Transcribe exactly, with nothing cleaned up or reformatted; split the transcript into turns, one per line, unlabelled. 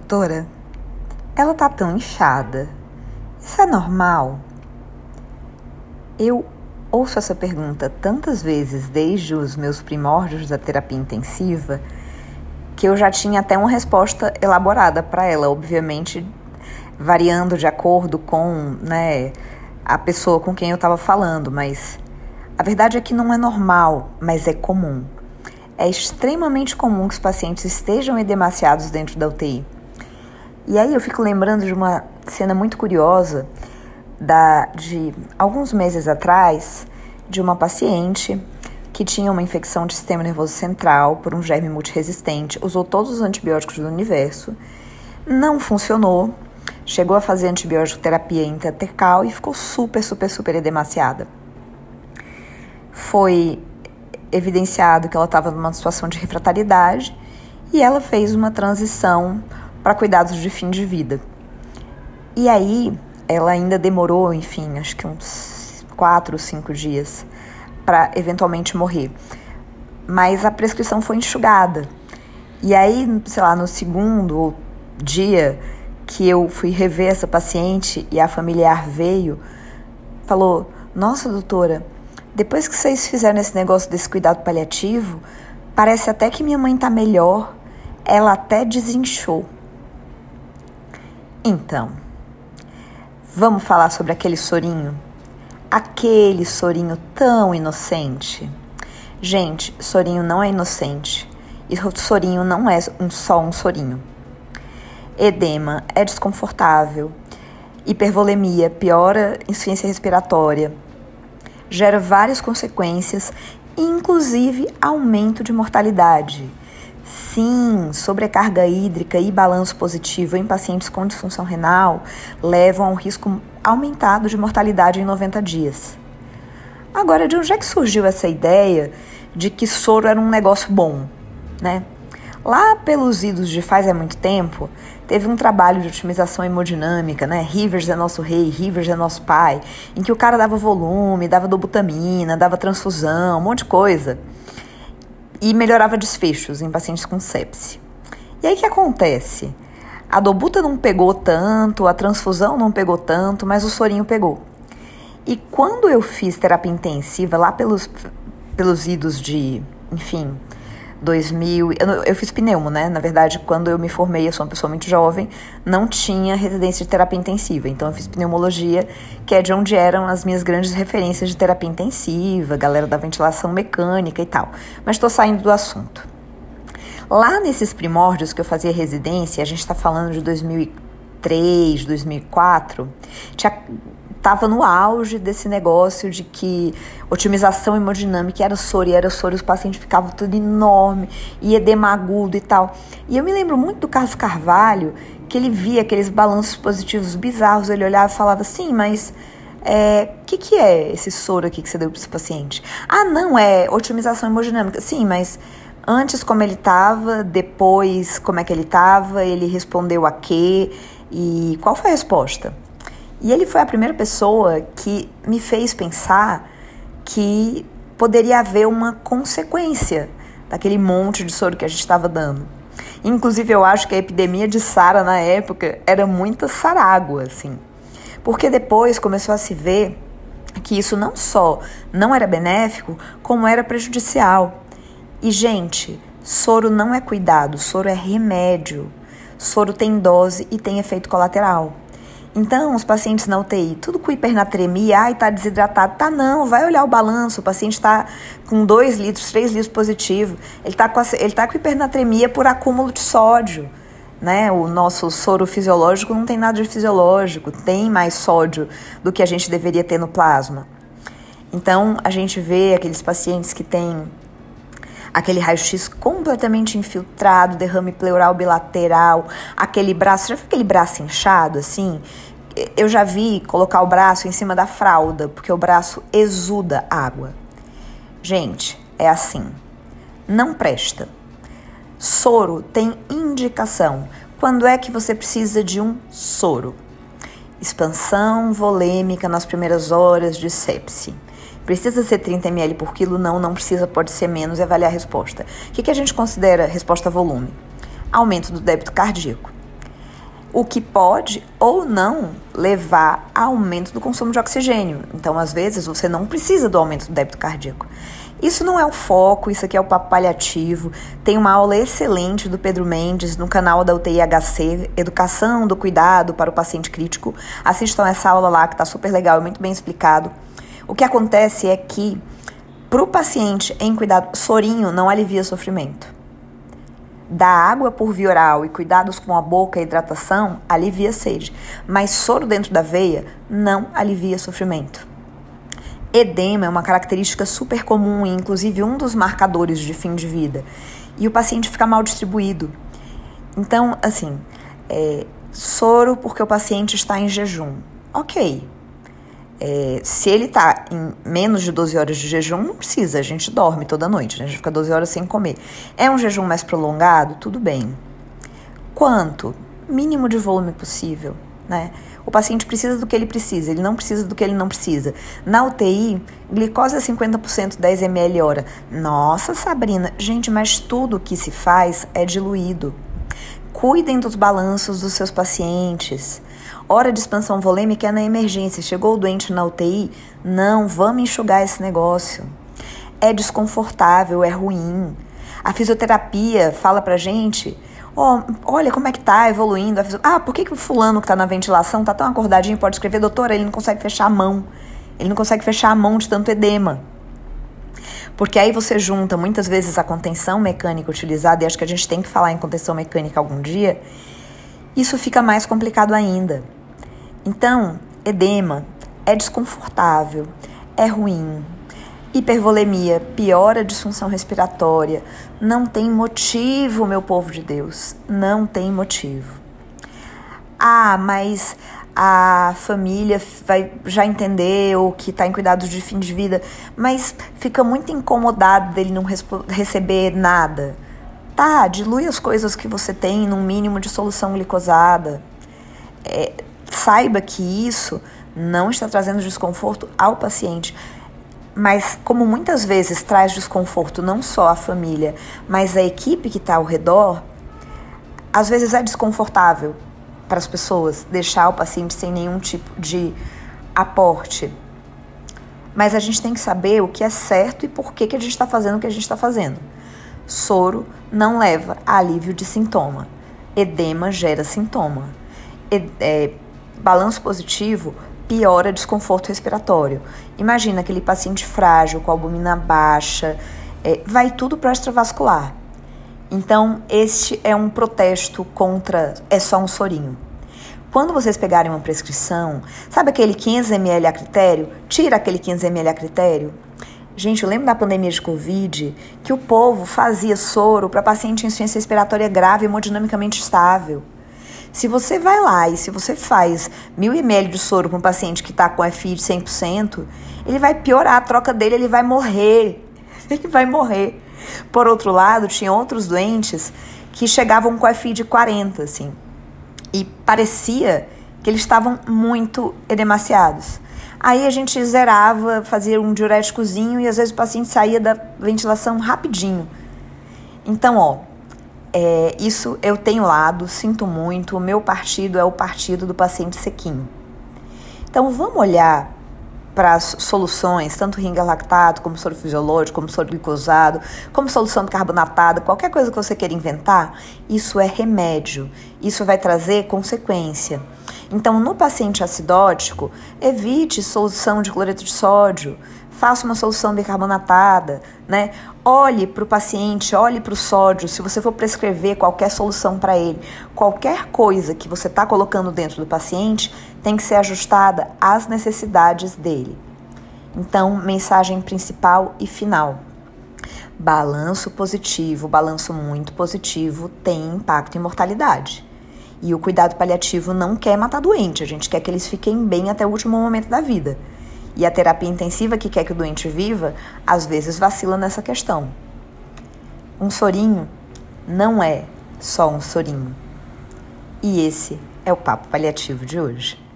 Doutora, ela tá tão inchada. Isso é normal? Eu ouço essa pergunta tantas vezes desde os meus primórdios da terapia intensiva que eu já tinha até uma resposta elaborada para ela, obviamente variando de acordo com, né, a pessoa com quem eu estava falando, mas a verdade é que não é normal, mas é comum. É extremamente comum que os pacientes estejam edemaciados dentro da U T I. E aí eu fico lembrando de uma cena muito curiosa da, de alguns meses atrás, de uma paciente que tinha uma infecção de sistema nervoso central por um germe multiresistente, usou todos os antibióticos do universo, não funcionou, chegou a fazer antibiótico terapia intratecal e ficou super, super, super edemaciada. Foi evidenciado que ela estava numa situação de refratariedade e ela fez uma transição para cuidados de fim de vida. E aí, ela ainda demorou, enfim, acho que uns quatro, cinco dias para eventualmente morrer. Mas a prescrição foi enxugada. E aí, sei lá, no segundo dia que eu fui rever essa paciente e a familiar veio, falou: nossa, doutora, depois que vocês fizeram esse negócio desse cuidado paliativo, parece até que minha mãe tá melhor, ela até desinchou. Então, vamos falar sobre aquele sorinho? Aquele sorinho tão inocente. Gente, sorinho não é inocente. E sorinho não é um, só um sorinho. Edema é desconfortável. Hipervolemia piora a insuficiência respiratória. Gera várias consequências, inclusive aumento de mortalidade. Sim, sobrecarga hídrica e balanço positivo em pacientes com disfunção renal levam a um risco aumentado de mortalidade em noventa dias. Agora, de onde é que surgiu essa ideia de que soro era um negócio bom, né? Lá pelos idos de faz há muito tempo, teve um trabalho de otimização hemodinâmica, né? Rivers é nosso rei, Rivers é nosso pai, em que o cara dava volume, dava dobutamina, dava transfusão, um monte de coisa. E melhorava desfechos em pacientes com sepse. E aí o que acontece? A dobuta não pegou tanto, a transfusão não pegou tanto, mas o sorinho pegou. E quando eu fiz terapia intensiva, lá pelos, pelos idos de, enfim, dois mil... Eu, eu fiz pneumo, né? Na verdade, quando eu me formei, eu sou uma pessoa muito jovem, não tinha residência de terapia intensiva. Então, eu fiz pneumologia, que é de onde eram as minhas grandes referências de terapia intensiva, galera da ventilação mecânica e tal. Mas estou saindo do assunto. Lá nesses primórdios que eu fazia residência, a gente está falando de dois mil e três, dois mil e quatro, tinha... Estava no auge desse negócio de que otimização hemodinâmica era soro, e era soro, os pacientes ficavam tudo enorme, e edema agudo e tal. E eu me lembro muito do Carlos Carvalho, que ele via aqueles balanços positivos bizarros, ele olhava e falava assim, mas o é, que, que é esse soro aqui que você deu para esse paciente? Ah, não, é otimização hemodinâmica. Sim, mas antes como ele estava, depois como é que ele estava, ele respondeu a quê e qual foi a resposta? E ele foi a primeira pessoa que me fez pensar que poderia haver uma consequência daquele monte de soro que a gente estava dando. Inclusive, eu acho que a epidemia de SARA na época era muita sarágua, assim. Porque depois começou a se ver que isso não só não era benéfico, como era prejudicial. E, gente, soro não é cuidado, soro é remédio. Soro tem dose e tem efeito colateral. Então, os pacientes na U T I, tudo com hipernatremia, ai, tá desidratado, tá não, vai olhar o balanço, o paciente tá com dois litros, três litros positivo, ele tá com, a, ele tá com hipernatremia por acúmulo de sódio, né? O nosso soro fisiológico não tem nada de fisiológico, tem mais sódio do que a gente deveria ter no plasma. Então, a gente vê aqueles pacientes que têm aquele raio-x completamente infiltrado, derrame pleural bilateral, aquele braço, já viu aquele braço inchado, assim? Eu já vi colocar o braço em cima da fralda, porque o braço exuda água. Gente, é assim, não presta. Soro tem indicação. Quando é que você precisa de um soro? Expansão volêmica nas primeiras horas de sepse. Precisa ser trinta mililitros por quilo? Não, não precisa, pode ser menos e avaliar a resposta. O que, que a gente considera resposta a volume? Aumento do débito cardíaco. o que pode ou não levar a aumento do consumo de oxigênio. Então, às vezes, você não precisa do aumento do débito cardíaco. Isso não é o foco, isso aqui é o papo paliativo. Tem uma aula excelente do Pedro Mendes no canal da U T I H C, Educação do Cuidado para o Paciente Crítico. Assistam essa aula lá que está super legal e muito bem explicado. O que acontece é que, para o paciente em cuidado, sorinho não alivia sofrimento. Dar água por via oral e cuidados com a boca e hidratação alivia sede, mas soro dentro da veia não alivia sofrimento. Edema é uma característica super comum e inclusive um dos marcadores de fim de vida. E o paciente fica mal distribuído. Então, assim, é, soro porque o paciente está em jejum. Ok. É, se ele está em menos de doze horas de jejum, não precisa, a gente dorme toda noite, né? A gente fica doze horas sem comer. É um jejum mais prolongado? Tudo bem. Quanto? Mínimo de volume possível, né? O paciente precisa do que ele precisa, ele não precisa do que ele não precisa. Na U T I, glicose a cinquenta por cento, dez mililitros hora. Nossa, Sabrina, gente, mas tudo que se faz é diluído. Cuidem dos balanços dos seus pacientes. Hora de expansão volêmica é na emergência. Chegou o doente na U T I? Não, vamos enxugar esse negócio. É desconfortável, é ruim. A fisioterapia fala pra gente, oh, olha como é que tá evoluindo. Ah, por que, que o fulano que tá na ventilação tá tão acordadinho pode escrever? Doutora, ele não consegue fechar a mão. Ele não consegue fechar a mão de tanto edema. Porque aí você junta muitas vezes a contenção mecânica utilizada, e acho que a gente tem que falar em contenção mecânica algum dia, isso fica mais complicado ainda. Então, edema é desconfortável, é ruim. Hipervolemia piora a disfunção respiratória. Não tem motivo, meu povo de Deus, não tem motivo. Ah, mas a família vai já entendeu que está em cuidados de fim de vida, mas fica muito incomodado dele não receber nada. Tá, dilui as coisas que você tem num mínimo de solução glicosada. É, saiba que isso não está trazendo desconforto ao paciente. Mas como muitas vezes traz desconforto não só à família, mas à equipe que está ao redor, às vezes é desconfortável para as pessoas deixar o paciente sem nenhum tipo de aporte. Mas a gente tem que saber o que é certo e por que, que a gente está fazendo o que a gente está fazendo. Soro não leva a alívio de sintoma. Edema gera sintoma. E, é, balanço positivo piora desconforto respiratório. Imagina aquele paciente frágil, com a albumina baixa, é, vai tudo para o extravascular. Então, este é um protesto contra, é só um sorinho. Quando vocês pegarem uma prescrição, sabe aquele quinhentos mililitros a critério? Tira aquele quinhentos mililitros a critério. Gente, eu lembro da pandemia de Covid, que o povo fazia soro para paciente em insuficiência respiratória grave e hemodinamicamente estável. Se você vai lá e se você faz mil mililitros de soro para um paciente que está com F I de cem por cento, ele vai piorar a troca dele, ele vai morrer. Ele vai morrer. Por outro lado, tinha outros doentes que chegavam com F I de quarenta, assim, e parecia que eles estavam muito edemaciados. Aí a gente zerava, fazia um diuréticozinho e às vezes o paciente saía da ventilação rapidinho. Então, ó, é, isso eu tenho lado, sinto muito, o meu partido é o partido do paciente sequinho. Então, vamos olhar para as soluções, tanto ringa lactato, como soro fisiológico, como soro glicosado, como solução carbonatada, qualquer coisa que você queira inventar, isso é remédio, isso vai trazer consequência. Então, no paciente acidótico, evite solução de cloreto de sódio, faça uma solução bicarbonatada, né? Olhe para o paciente, olhe para o sódio, se você for prescrever qualquer solução para ele, qualquer coisa que você está colocando dentro do paciente tem que ser ajustada às necessidades dele. Então, mensagem principal e final. Balanço positivo, balanço muito positivo tem impacto em mortalidade. E o cuidado paliativo não quer matar doente, a gente quer que eles fiquem bem até o último momento da vida. E a terapia intensiva que quer que o doente viva, às vezes vacila nessa questão. Um sorinho não é só um sorinho. E esse é o Papo Paliativo de hoje.